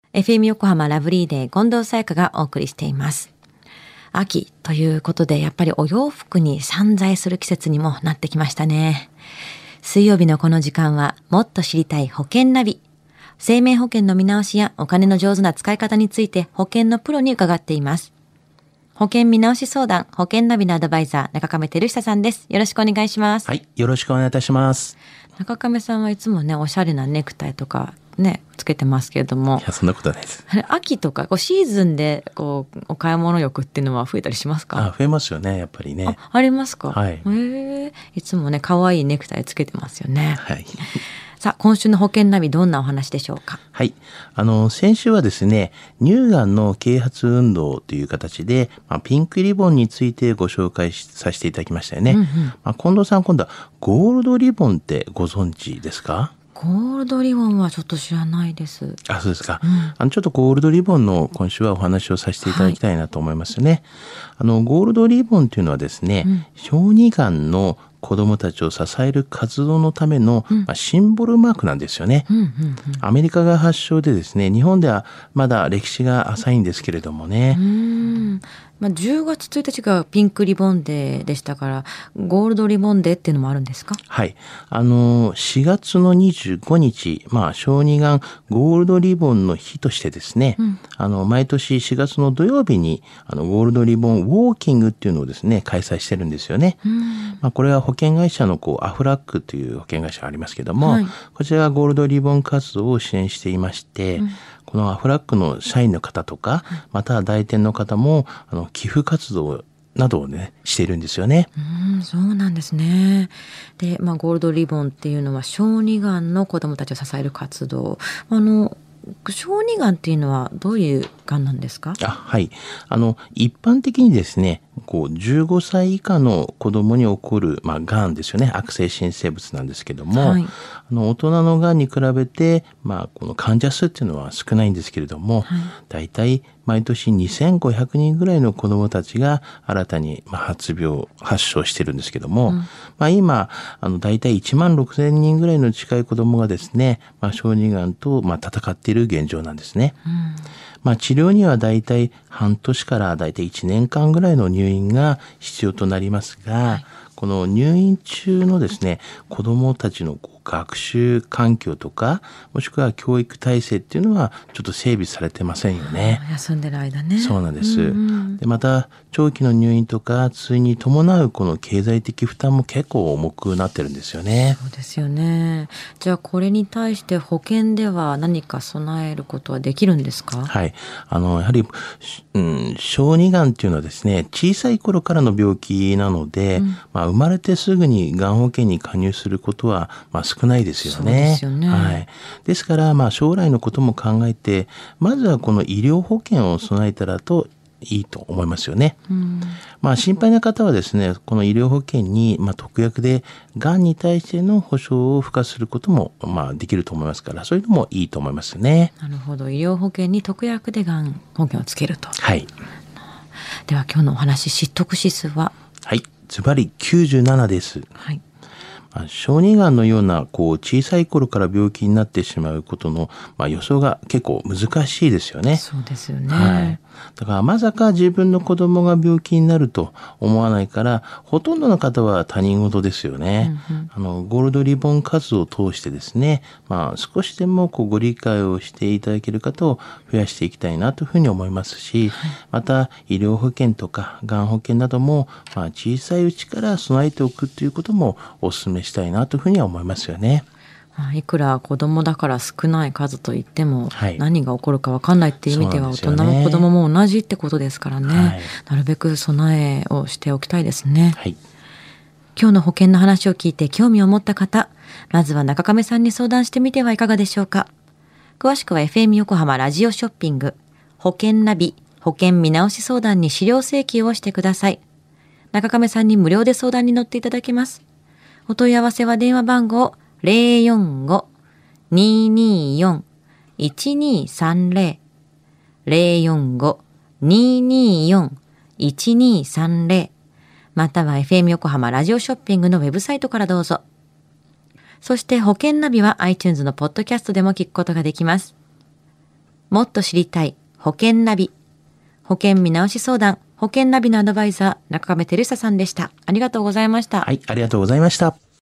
FM 横浜ラブリーデー近藤沙耶香がお送りしています。秋ということで、やっぱりお洋服に散在する季節にもなってきましたね。水曜日のこの時間は、もっと知りたい保険ナビ。生命保険の見直しやお金の上手な使い方について保険のプロに伺っています。保険見直し相談、保険ナビのアドバイザー、中亀照久さんです。よろしくお願いします。 はい、よろしくお願いいたします。 中亀さんはいつもね、おしゃれなネクタイとかね、つけてますけれども。 いや、そんなことはないです。 秋とかシーズンでお買い物欲っていうのは増えたりしますか？ 増えますよね、やっぱりね。 ありますか？ はい。 いつもね、可愛いネクタイつけてますよね。 はい。 さあ、今週の保険ナビ、どんなお話でしょうか？ はい。先週はですね、乳がんの啓発運動という形で、ピンクリボンについてご紹介させていただきましたよね。近藤さん、今度はゴールドリボンってご存知ですか？ ゴールドリボンはちょっと知らないです。 そうですか。ちょっとゴールドリボンの今週はお話をさせていただきたいなと思いますね。ゴールドリボンというのはですね、小児がんの子どもたちを支える活動のための、シンボルマークなんですよね。アメリカが発祥でですね、日本ではまだ歴史が浅いんですけれどもね。 10月1日がピンクリボンデーでしたから、ゴールドリボンデーっていうのもあるんですか？ はい。4月の25日、小児がんゴールドリボンの日としてですね、毎年4月の土曜日に、ゴールドリボンウォーキングっていうのをですね、開催してるんですよね。これは保険会社のアフラックという保険会社がありますけども、こちらがゴールドリボン活動を支援していまして、このアフラックの社員の方とか、または代理店の方も、寄付活動などをね、しているんですよね。 そうなんですね。で、ゴールドリボンっていうのは小児がんの子どもたちを支える活動。小児がんっていうのはどういうがんなんですか？ はい。一般的にですね、15歳以下の子供に起こる、がんですよね。悪性新生物なんですけども、大人のがんに比べて、この患者数っていうのは少ないんですけれども、だいたい毎年2500人ぐらいの子供たちが新たに発症してるんですけども、今、だいたい1万6000人ぐらいの近い子供がですね、小児がんと戦っている現状なんですね。治療にはだいたい半年からだいたい1年間ぐらいの入院が必要となりますが、この入院中のですね、子どもたちの学習環境とか、もしくは教育体制っていうのはちょっと整備されてませんよね。 休んでる間ね。 そうなんです。で、また長期の入院とか通院に伴うこの経済的負担も結構重くなってるんですよね。 そうですよね。じゃあこれに対して保険では何か備えることはできるんですか？ はい。やはり、小児がんっていうのはですね、小さい頃からの病気なので、生まれてすぐにがん保険に加入することは、少ないですよね。 そうですよね。 はい。ですから、将来のことも考えて、まずはこの医療保険を備えたらといいと思いますよね。心配な方はですね、この医療保険に、特約でがんに対しての保障を付加することも、できると思いますから、そういうのもいいと思いますよね。 なるほど。医療保険に特約でがん保険をつけると。 はい。 では今日のお話、知得指数は？ はい。ズバリ97です。 はい。 小児がんのような小さい頃から病気になってしまうことの、予想が結構難しいですよね。 そうですよね。 はい。だからまさか自分の子供が病気になると思わないから、ほとんどの方は他人事ですよね。ゴールドリボン活動を通してですね、少しでもご理解をしていただける方を増やしていきたいなというふうに思いますし、また医療保険とかがん保険なども、小さいうちから備えておくということもお勧めしたいなというふうには思いますよね。 いくら子供だから少ない数といっても、何が起こるか分かんないっていう意味では大人も子供も同じってことですからね、なるべく備えをしておきたいですね。今日の保険の話を聞いて興味を持った方、まずは中亀さんに相談してみてはいかがでしょうか。詳しくは FM 横浜ラジオショッピング保険ナビ保険見直し相談に資料請求をしてください。中亀さんに無料で相談に乗っていただけます。お問い合わせは電話番号045-224-1230 045-224-1230または FM 横浜ラジオショッピングのウェブサイトからどうぞ。そして保険ナビは iTunes のポッドキャストでも聞くことができます。 もっと知りたい保険ナビ。保険見直し相談、保険ナビのアドバイザー、中亀照久さんでした。ありがとうございました。 はい、ありがとうございました。